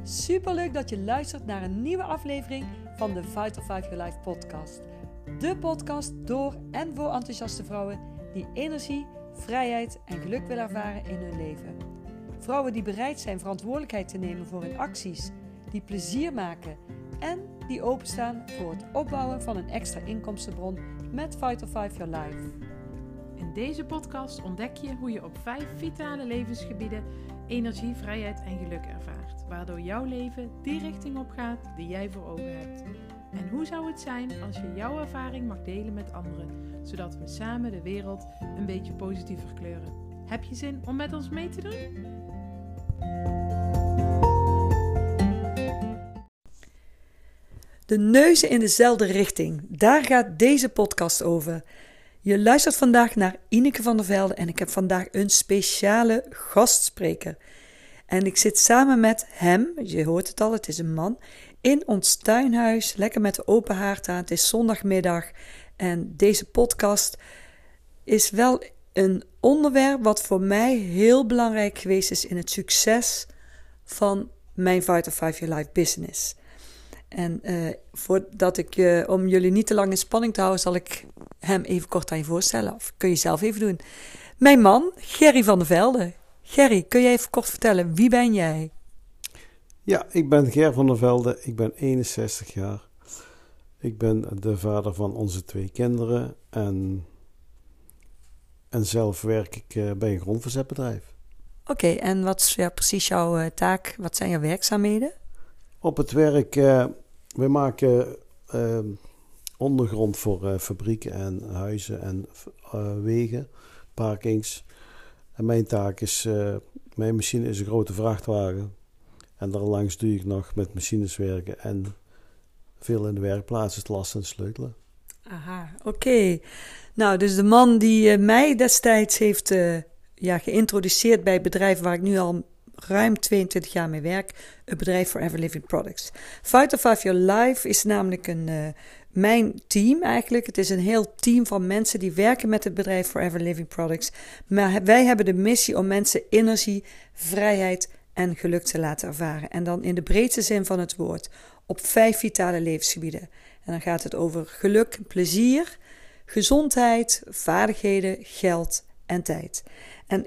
Superleuk dat je luistert naar een nieuwe aflevering van de Vital 5 Your Life podcast. De podcast door en voor enthousiaste vrouwen die energie, vrijheid en geluk willen ervaren in hun leven. Vrouwen die bereid zijn verantwoordelijkheid te nemen voor hun acties, die plezier maken en die openstaan voor het opbouwen van een extra inkomstenbron met Vital 5 Your Life. In deze podcast ontdek je hoe je op 5 vitale levensgebieden energie, vrijheid en geluk ervaart, waardoor jouw leven die richting op gaat die jij voor ogen hebt. En hoe zou het zijn als je jouw ervaring mag delen met anderen, zodat we samen de wereld een beetje positiever kleuren? Heb je zin om met ons mee te doen? De neuzen in dezelfde richting, daar gaat deze podcast over. Je luistert vandaag naar Ineke van der Velde en ik heb vandaag een speciale gastspreker. En ik zit samen met hem, je hoort het al, het is een man, in ons tuinhuis, lekker met de open haard aan. Het is zondagmiddag en deze podcast is wel een onderwerp wat voor mij heel belangrijk geweest is in het succes van mijn Vital 5 Your Life business. En om jullie niet te lang in spanning te houden, zal ik hem even kort aan je voorstellen. Of kun je zelf even doen. Mijn man, Gerry van der Velde. Gerry, kun jij even kort vertellen, wie ben jij? Ja, ik ben Ger van der Velde. Ik ben 61 jaar. Ik ben de vader van onze 2 kinderen. En zelf werk ik bij een grondverzetbedrijf. Oké, en wat is precies jouw taak? Wat zijn jouw werkzaamheden? Op het werk, we maken ondergrond voor fabrieken en huizen en wegen, parkings. En mijn taak is, mijn machine is een grote vrachtwagen. En daarlangs doe ik nog met machines werken en veel in de werkplaats, het lassen en sleutelen. Aha, oké. Nou, dus de man die mij destijds heeft geïntroduceerd bij het bedrijf waar ik nu al ruim 22 jaar mee werk, het bedrijf Forever Living Products. Vital 5 Your Life is namelijk mijn team eigenlijk. Het is een heel team van mensen die werken met het bedrijf Forever Living Products. Maar wij hebben de missie om mensen energie, vrijheid en geluk te laten ervaren. En dan in de breedste zin van het woord. Op 5 vitale levensgebieden. En dan gaat het over geluk, plezier, gezondheid, vaardigheden, geld en tijd. En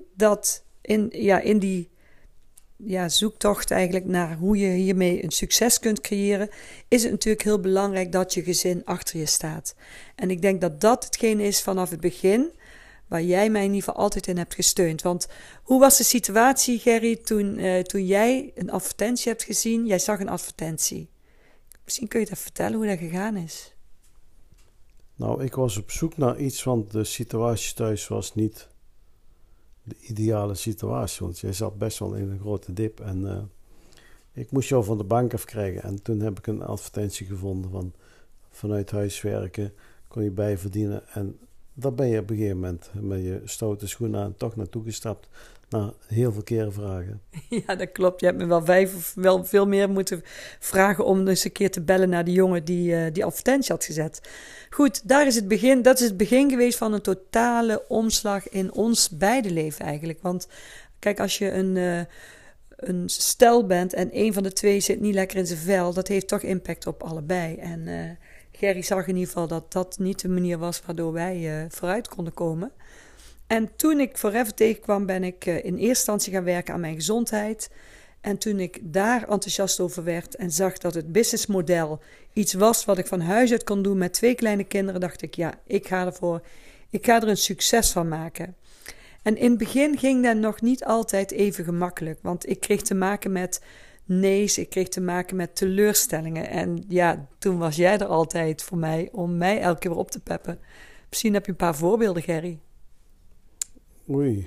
in die zoektocht eigenlijk naar hoe je hiermee een succes kunt creëren, is het natuurlijk heel belangrijk dat je gezin achter je staat. En ik denk dat dat hetgene is vanaf het begin waar jij mij in ieder geval altijd in hebt gesteund. Want hoe was de situatie, Gerry, toen jij een advertentie hebt gezien? Jij zag een advertentie. Misschien kun je het even vertellen hoe dat gegaan is. Nou, ik was op zoek naar iets, want de situatie thuis was niet de ideale situatie. Want jij zat best wel in een grote dip en ik moest jou van de bank afkrijgen. En toen heb ik een advertentie gevonden van vanuit huis werken, kon je bijverdienen. En daar ben je op een gegeven moment met je stoute schoenen aan toch naartoe gestapt. Na heel veel keren vragen. Ja, dat klopt. Je hebt me wel veel meer moeten vragen om eens een keer te bellen naar de jongen die advertentie had gezet. Goed, dat is het begin geweest van een totale omslag in ons beide leven eigenlijk. Want kijk, als je een stel bent en een van de 2 zit niet lekker in zijn vel, dat heeft toch impact op allebei. En Gerry zag in ieder geval dat dat niet de manier was waardoor wij vooruit konden komen. En toen ik Forever tegenkwam, ben ik in eerste instantie gaan werken aan mijn gezondheid. En toen ik daar enthousiast over werd en zag dat het businessmodel iets was wat ik van huis uit kon doen met 2 kleine kinderen, dacht ik, ja, ik ga ervoor. Ik ga er een succes van maken. En in het begin ging dat nog niet altijd even gemakkelijk, want ik kreeg te maken met nee's, ik kreeg te maken met teleurstellingen. En ja, toen was jij er altijd voor mij om mij elke keer weer op te peppen. Misschien heb je een paar voorbeelden, Gerry. Oei.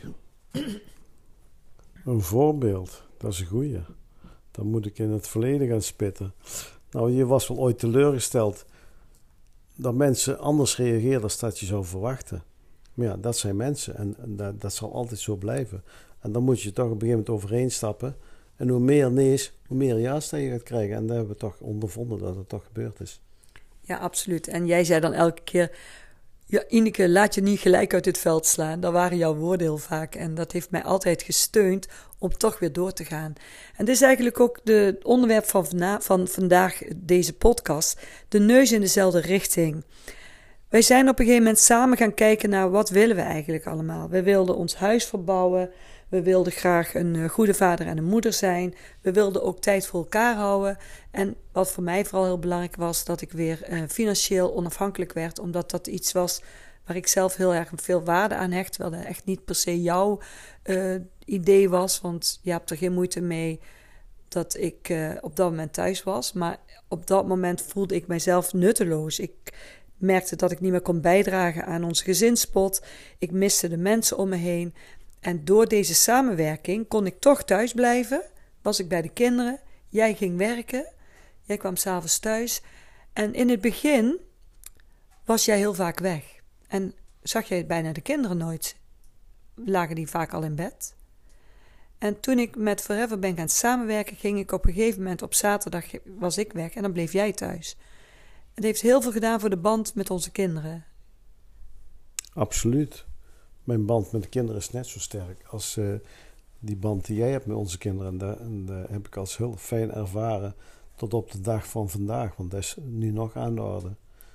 Een voorbeeld, dat is een goeie. Dan moet ik in het verleden gaan spitten. Nou, je was wel ooit teleurgesteld dat mensen anders reageren dan dat je zou verwachten. Maar ja, dat zijn mensen en dat zal altijd zo blijven. En dan moet je toch op een gegeven moment overheen stappen. En hoe meer nee's, hoe meer ja's dat je gaat krijgen. En daar hebben we toch ondervonden dat het toch gebeurd is. Ja, absoluut. En jij zei dan elke keer, Ja, Ineke, laat je niet gelijk uit het veld slaan. Dat waren jouw woorden heel vaak. En dat heeft mij altijd gesteund om toch weer door te gaan. En dit is eigenlijk ook het onderwerp van vandaag, deze podcast. De neus in dezelfde richting. Wij zijn op een gegeven moment samen gaan kijken naar wat willen we eigenlijk allemaal. We wilden ons huis verbouwen. We wilden graag een goede vader en een moeder zijn. We wilden ook tijd voor elkaar houden. En wat voor mij vooral heel belangrijk was, dat ik weer financieel onafhankelijk werd. Omdat dat iets was waar ik zelf heel erg veel waarde aan hecht. Terwijl dat echt niet per se jouw idee was. Want je hebt er geen moeite mee dat ik op dat moment thuis was. Maar op dat moment voelde ik mijzelf nutteloos. Ik merkte dat ik niet meer kon bijdragen aan onze gezinspot. Ik miste de mensen om me heen. En door deze samenwerking kon ik toch thuis blijven. Was ik bij de kinderen. Jij ging werken. Jij kwam 's avonds thuis. En in het begin was jij heel vaak weg. En zag jij bijna de kinderen nooit. Lagen die vaak al in bed. En toen ik met Forever ben gaan samenwerken, ging ik op een gegeven moment op zaterdag was ik weg. En dan bleef jij thuis. Het heeft heel veel gedaan voor de band met onze kinderen. Absoluut. Mijn band met de kinderen is net zo sterk als die band die jij hebt met onze kinderen. En dat heb ik als heel fijn ervaren tot op de dag van vandaag. Want dat is nu nog aan de orde.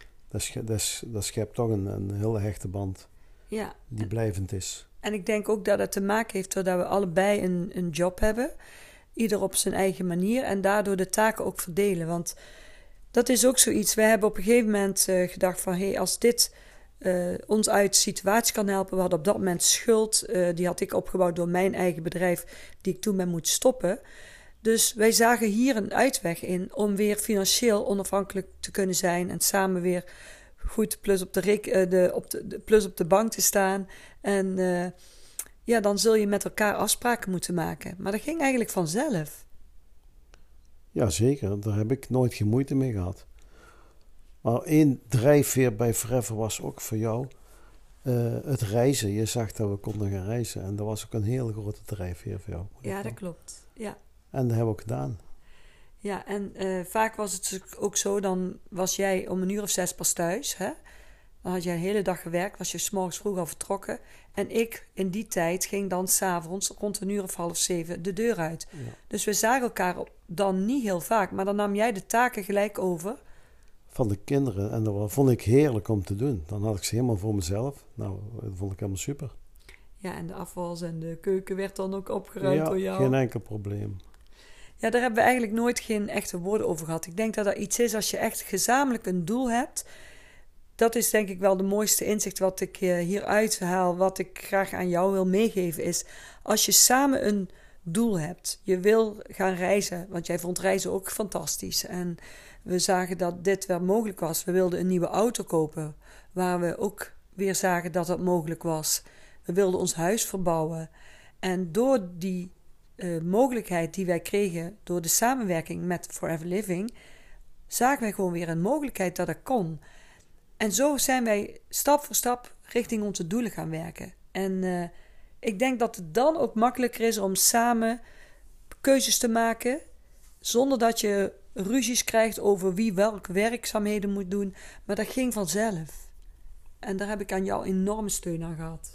Dat schept toch een hele hechte band die blijvend is. En ik denk ook dat het te maken heeft doordat we allebei een job hebben. Ieder op zijn eigen manier. En daardoor de taken ook verdelen. Want dat is ook zoiets. We hebben op een gegeven moment gedacht van, hey, als dit ons uit de situatie kan helpen. We hadden op dat moment schuld. Die had ik opgebouwd door mijn eigen bedrijf, die ik toen ben moeten stoppen. Dus wij zagen hier een uitweg in om weer financieel onafhankelijk te kunnen zijn. En samen weer goed plus op de bank te staan. En dan zul je met elkaar afspraken moeten maken. Maar dat ging eigenlijk vanzelf. Ja, zeker. Daar heb ik nooit geen moeite mee gehad. Maar één drijfveer bij Forever was ook voor jou het reizen. Je zag dat we konden gaan reizen. En dat was ook een hele grote drijfveer voor jou. Ja, dat klopt. Ja. En dat hebben we ook gedaan. Ja, en vaak was het ook zo, dan was jij om 6:00 pas thuis. Hè? Dan had jij een hele dag gewerkt, was je 's morgens vroeg al vertrokken. En ik in die tijd ging dan 's avonds rond 6:30 de deur uit. Ja. Dus we zagen elkaar dan niet heel vaak. Maar dan nam jij de taken gelijk over. Van de kinderen. En dat vond ik heerlijk om te doen. Dan had ik ze helemaal voor mezelf. Nou, dat vond ik helemaal super. Ja, en de afwas en de keuken werd dan ook opgeruimd door jou. Geen enkel probleem. Ja, daar hebben we eigenlijk nooit geen echte woorden over gehad. Ik denk dat dat iets is als je echt gezamenlijk een doel hebt. Dat is denk ik wel de mooiste inzicht wat ik hieruit haal. Wat ik graag aan jou wil meegeven is, als je samen een doel hebt. Je wil gaan reizen, want jij vond reizen ook fantastisch. En we zagen dat dit wel mogelijk was. We wilden een nieuwe auto kopen, waar we ook weer zagen dat dat mogelijk was. We wilden ons huis verbouwen. En door die mogelijkheid die wij kregen door de samenwerking met Forever Living, zagen wij gewoon weer een mogelijkheid dat kon. En zo zijn wij stap voor stap richting onze doelen gaan werken. En ik denk dat het dan ook makkelijker is om samen keuzes te maken, zonder dat je ruzies krijgt over wie welke werkzaamheden moet doen. Maar dat ging vanzelf. En daar heb ik aan jou enorme steun aan gehad.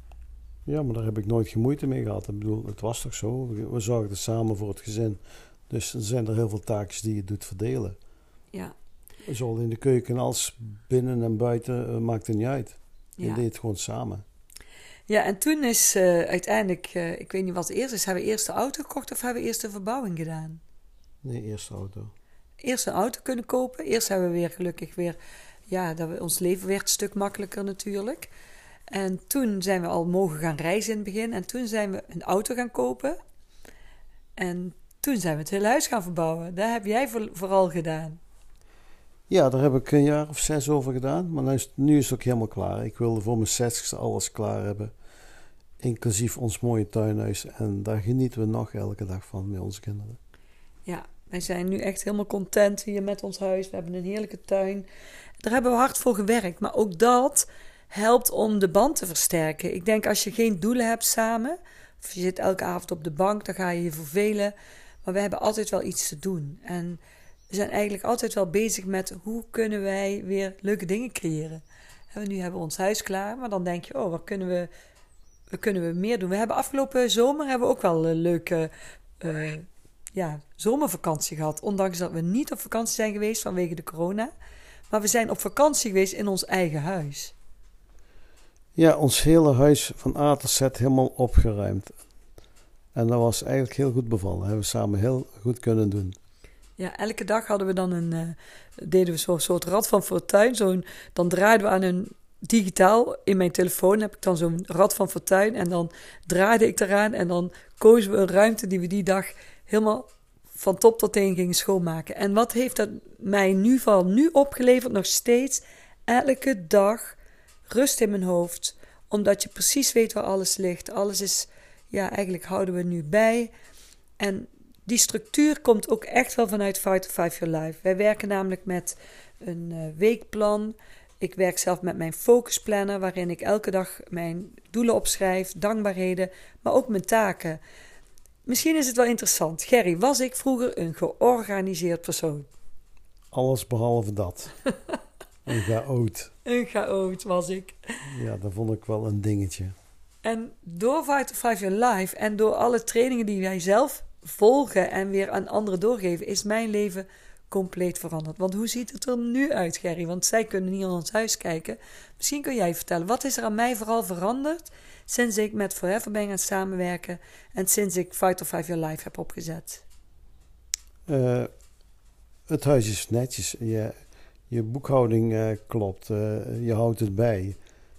Ja, maar daar heb ik nooit geen moeite mee gehad. Ik bedoel, het was toch zo? We zorgden samen voor het gezin. Dus er zijn er heel veel taakjes die je doet verdelen. Ja. Zowel in de keuken als binnen en buiten, maakt het niet uit. Je deed het gewoon samen. Ja, en toen is uiteindelijk, ik weet niet wat het eerst is, hebben we eerst de auto gekocht of hebben we eerst de verbouwing gedaan? Nee, eerst de auto. Eerst een auto kunnen kopen. Eerst hebben we weer gelukkig weer, ons leven werd een stuk makkelijker natuurlijk. En toen zijn we al mogen gaan reizen in het begin. En toen zijn we een auto gaan kopen. En toen zijn we het hele huis gaan verbouwen. Dat heb jij vooral gedaan. Ja, daar heb ik een jaar of 6 over gedaan. Maar nu is het ook helemaal klaar. Ik wilde voor mijn 60ste alles klaar hebben. Inclusief ons mooie tuinhuis. En daar genieten we nog elke dag van met onze kinderen. Ja, wij zijn nu echt helemaal content hier met ons huis. We hebben een heerlijke tuin. Daar hebben we hard voor gewerkt. Maar ook dat helpt om de band te versterken. Ik denk als je geen doelen hebt samen, of je zit elke avond op de bank, dan ga je je vervelen. Maar we hebben altijd wel iets te doen. En we zijn eigenlijk altijd wel bezig met hoe kunnen wij weer leuke dingen creëren. Nu hebben we ons huis klaar, maar dan denk je, wat kunnen we meer doen? We hebben afgelopen zomer ook wel een leuke zomervakantie gehad. Ondanks dat we niet op vakantie zijn geweest vanwege de corona. Maar we zijn op vakantie geweest in ons eigen huis. Ja, ons hele huis van A tot Z helemaal opgeruimd. En dat was eigenlijk heel goed bevallen. Dat hebben we samen heel goed kunnen doen. Ja, elke dag hadden we dan deden we zo'n soort rad van fortuin. Dan draaiden we aan een digitaal in mijn telefoon heb ik dan zo'n rad van fortuin. En dan draaide ik eraan en dan kozen we een ruimte die we die dag helemaal van top tot teen gingen schoonmaken. En wat heeft dat mij nu opgeleverd? Nog steeds elke dag rust in mijn hoofd. Omdat je precies weet waar alles ligt. Alles is, eigenlijk houden we nu bij. En die structuur komt ook echt wel vanuit Fight or Five Your Life. Wij werken namelijk met een weekplan. Ik werk zelf met mijn focusplanner, waarin ik elke dag mijn doelen opschrijf, dankbaarheden, maar ook mijn taken. Misschien is het wel interessant. Gerry, was ik vroeger een georganiseerd persoon? Alles behalve dat. Een chaot. Een chaot was ik. Ja, dat vond ik wel een dingetje. En door Fight or Five Your Life en door alle trainingen die wij zelf volgen en weer aan anderen doorgeven, is mijn leven compleet veranderd. Want hoe ziet het er nu uit, Gerry? Want zij kunnen niet aan ons huis kijken. Misschien kun jij vertellen, wat is er aan mij vooral veranderd sinds ik met Forever ben gaan samenwerken en sinds ik Fight or Five Your Life heb opgezet? Het huis is netjes. Je boekhouding klopt. Je houdt het bij.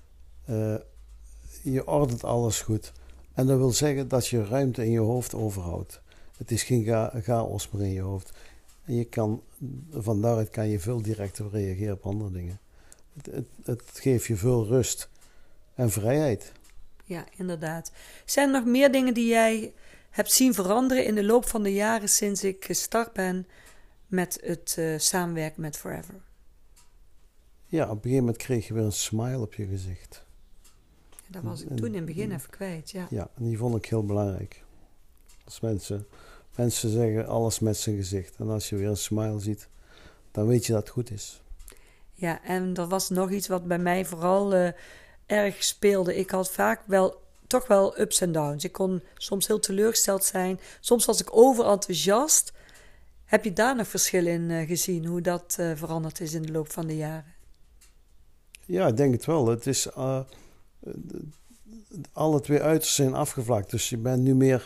Je ordent alles goed. En dat wil zeggen dat je ruimte in je hoofd overhoudt. Het is geen chaos meer in je hoofd. En van daaruit kan je veel directer reageren op andere dingen. Het geeft je veel rust en vrijheid. Ja, inderdaad. Zijn er nog meer dingen die jij hebt zien veranderen in de loop van de jaren sinds ik gestart ben met het samenwerken met Forever? Ja, op een gegeven moment kreeg je weer een smile op je gezicht. Dat was ik toen in het begin even kwijt, ja. Ja, en die vond ik heel belangrijk. Als mensen zeggen alles met zijn gezicht. En als je weer een smile ziet, dan weet je dat het goed is. Ja, en er was nog iets wat bij mij vooral erg speelde. Ik had vaak toch wel ups en downs. Ik kon soms heel teleurgesteld zijn. Soms was ik overenthousiast. Heb je daar nog verschil in gezien? Hoe dat veranderd is in de loop van de jaren? Ja, ik denk het wel. Het is... alle twee uitersten zijn afgevlakt. Dus je bent nu meer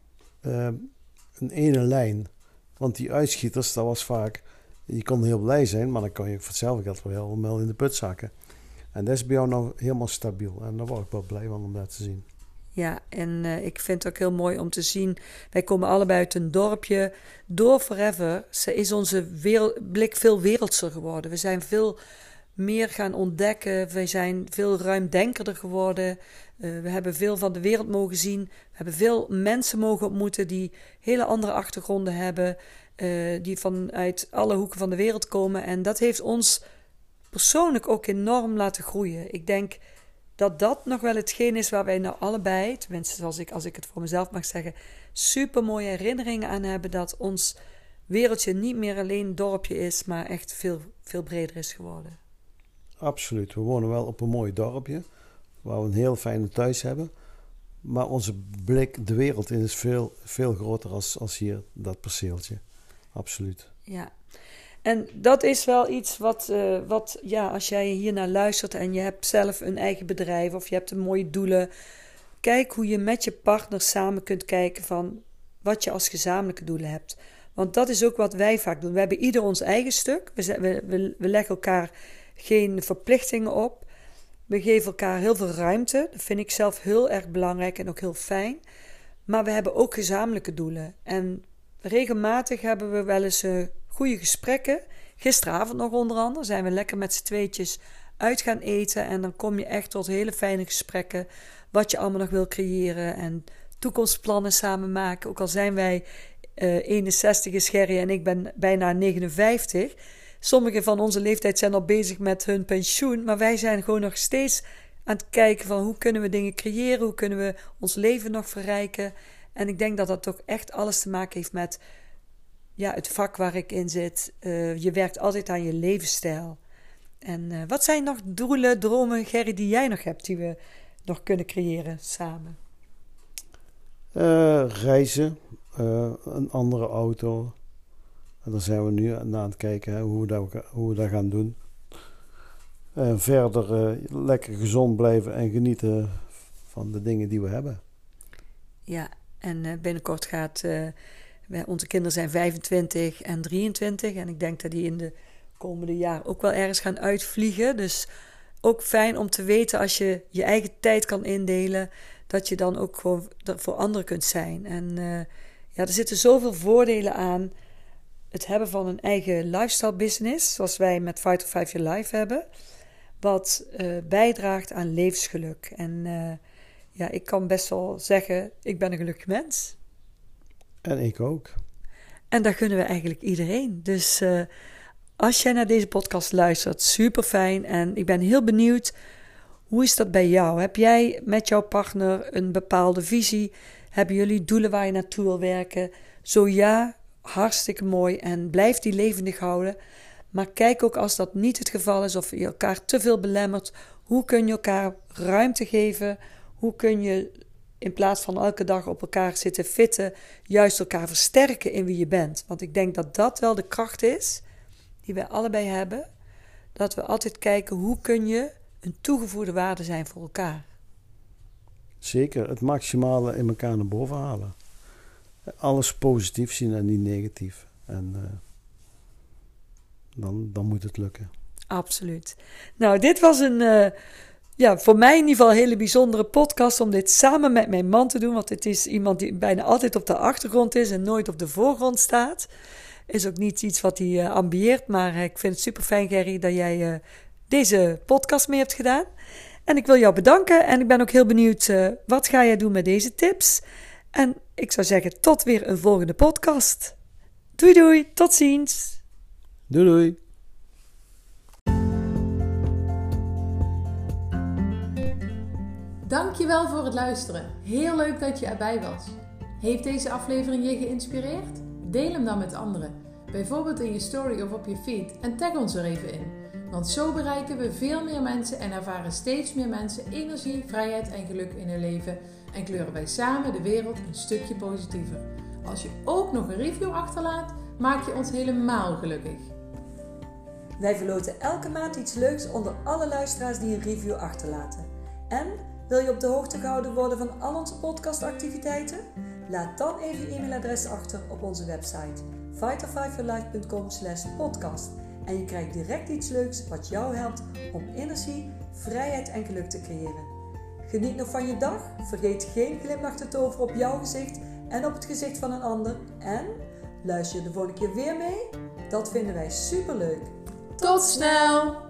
een ene lijn. Want die uitschieters, dat was vaak... Je kon heel blij zijn, maar dan kan je voor hetzelfde geld wel helemaal in de put zakken. En dat is bij jou nou helemaal stabiel. En daar word ik wel blij van om dat te zien. Ja, en ik vind het ook heel mooi om te zien. Wij komen allebei uit een dorpje. Door Forever is onze blik veel wereldser geworden. We zijn veel meer gaan ontdekken. We zijn veel ruimdenkerder geworden. We hebben veel van de wereld mogen zien. We hebben veel mensen mogen ontmoeten die hele andere achtergronden hebben. Die vanuit alle hoeken van de wereld komen. En dat heeft ons persoonlijk ook enorm laten groeien. Ik denk dat dat nog wel hetgeen is waar wij nou allebei, tenminste als ik het voor mezelf mag zeggen, super mooie herinneringen aan hebben, dat ons wereldje niet meer alleen een dorpje is, maar echt veel, veel breder is geworden. Absoluut. We wonen wel op een mooi dorpje, waar we een heel fijne thuis hebben. Maar onze blik de wereld in is veel, veel groter als hier, dat perceeltje. Absoluut. Ja. En dat is wel iets wat als jij hiernaar luistert en je hebt zelf een eigen bedrijf of je hebt een mooie doelen, kijk hoe je met je partner samen kunt kijken van wat je als gezamenlijke doelen hebt. Want dat is ook wat wij vaak doen. We hebben ieder ons eigen stuk. We leggen elkaar geen verplichtingen op. We geven elkaar heel veel ruimte. Dat vind ik zelf heel erg belangrijk en ook heel fijn. Maar we hebben ook gezamenlijke doelen. En regelmatig hebben we wel eens goede gesprekken. Gisteravond nog onder andere zijn we lekker met z'n tweetjes uit gaan eten. En dan kom je echt tot hele fijne gesprekken. Wat je allemaal nog wil creëren. En toekomstplannen samen maken. Ook al zijn wij 61 is Gerry en ik ben bijna 59. Sommigen van onze leeftijd zijn al bezig met hun pensioen. Maar wij zijn gewoon nog steeds aan het kijken van hoe kunnen we dingen creëren. Hoe kunnen we ons leven nog verrijken. En ik denk dat dat toch echt alles te maken heeft met het vak waar ik in zit. Je werkt altijd aan je levensstijl. En wat zijn nog doelen, dromen, Gerry, die jij nog hebt, die we nog kunnen creëren samen? Reizen, een andere auto. En daar zijn we nu aan het kijken, hè, hoe we dat gaan doen. Verder lekker gezond blijven en genieten van de dingen die we hebben. Ja, en binnenkort gaat... onze kinderen zijn 25 en 23. En ik denk dat die in de komende jaren ook wel ergens gaan uitvliegen. Dus ook fijn om te weten als je je eigen tijd kan indelen, dat je dan ook gewoon voor anderen kunt zijn. En er zitten zoveel voordelen aan het hebben van een eigen lifestyle business, zoals wij met Fight or 5 Your Life hebben, wat bijdraagt aan levensgeluk. En ik kan best wel zeggen, ik ben een gelukkig mens. En ik ook. En dat gunnen we eigenlijk iedereen. Dus als jij naar deze podcast luistert, super fijn. En ik ben heel benieuwd, hoe is dat bij jou? Heb jij met jouw partner een bepaalde visie? Hebben jullie doelen waar je naartoe wil werken? Zo ja, hartstikke mooi. En blijf die levendig houden. Maar kijk ook als dat niet het geval is of je elkaar te veel belemmert. Hoe kun je elkaar ruimte geven? Hoe kun je in plaats van elke dag op elkaar zitten fitten, juist elkaar versterken in wie je bent? Want ik denk dat dat wel de kracht is die wij allebei hebben. Dat we altijd kijken, hoe kun je een toegevoegde waarde zijn voor elkaar? Zeker, het maximale in elkaar naar boven halen. Alles positief zien en niet negatief. En dan moet het lukken. Absoluut. Nou, dit was een... voor mij in ieder geval een hele bijzondere podcast om dit samen met mijn man te doen. Want het is iemand die bijna altijd op de achtergrond is en nooit op de voorgrond staat. Is ook niet iets wat hij ambieert. Maar ik vind het super fijn, Gerry, dat jij deze podcast mee hebt gedaan. En ik wil jou bedanken. En ik ben ook heel benieuwd, wat ga jij doen met deze tips? En ik zou zeggen, tot weer een volgende podcast. Doei doei, tot ziens. Doei doei. Dankjewel voor het luisteren. Heel leuk dat je erbij was. Heeft deze aflevering je geïnspireerd? Deel hem dan met anderen. Bijvoorbeeld in je story of op je feed en tag ons er even in. Want zo bereiken we veel meer mensen en ervaren steeds meer mensen energie, vrijheid en geluk in hun leven. En kleuren wij samen de wereld een stukje positiever. Als je ook nog een review achterlaat, maak je ons helemaal gelukkig. Wij verloten elke maand iets leuks onder alle luisteraars die een review achterlaten. En wil je op de hoogte gehouden worden van al onze podcastactiviteiten? Laat dan even je e-mailadres achter op onze website fighter5yourlife.com/podcast en je krijgt direct iets leuks wat jou helpt om energie, vrijheid en geluk te creëren. Geniet nog van je dag, vergeet geen glimlach te toveren op jouw gezicht en op het gezicht van een ander en luister je de volgende keer weer mee? Dat vinden wij superleuk. Tot snel!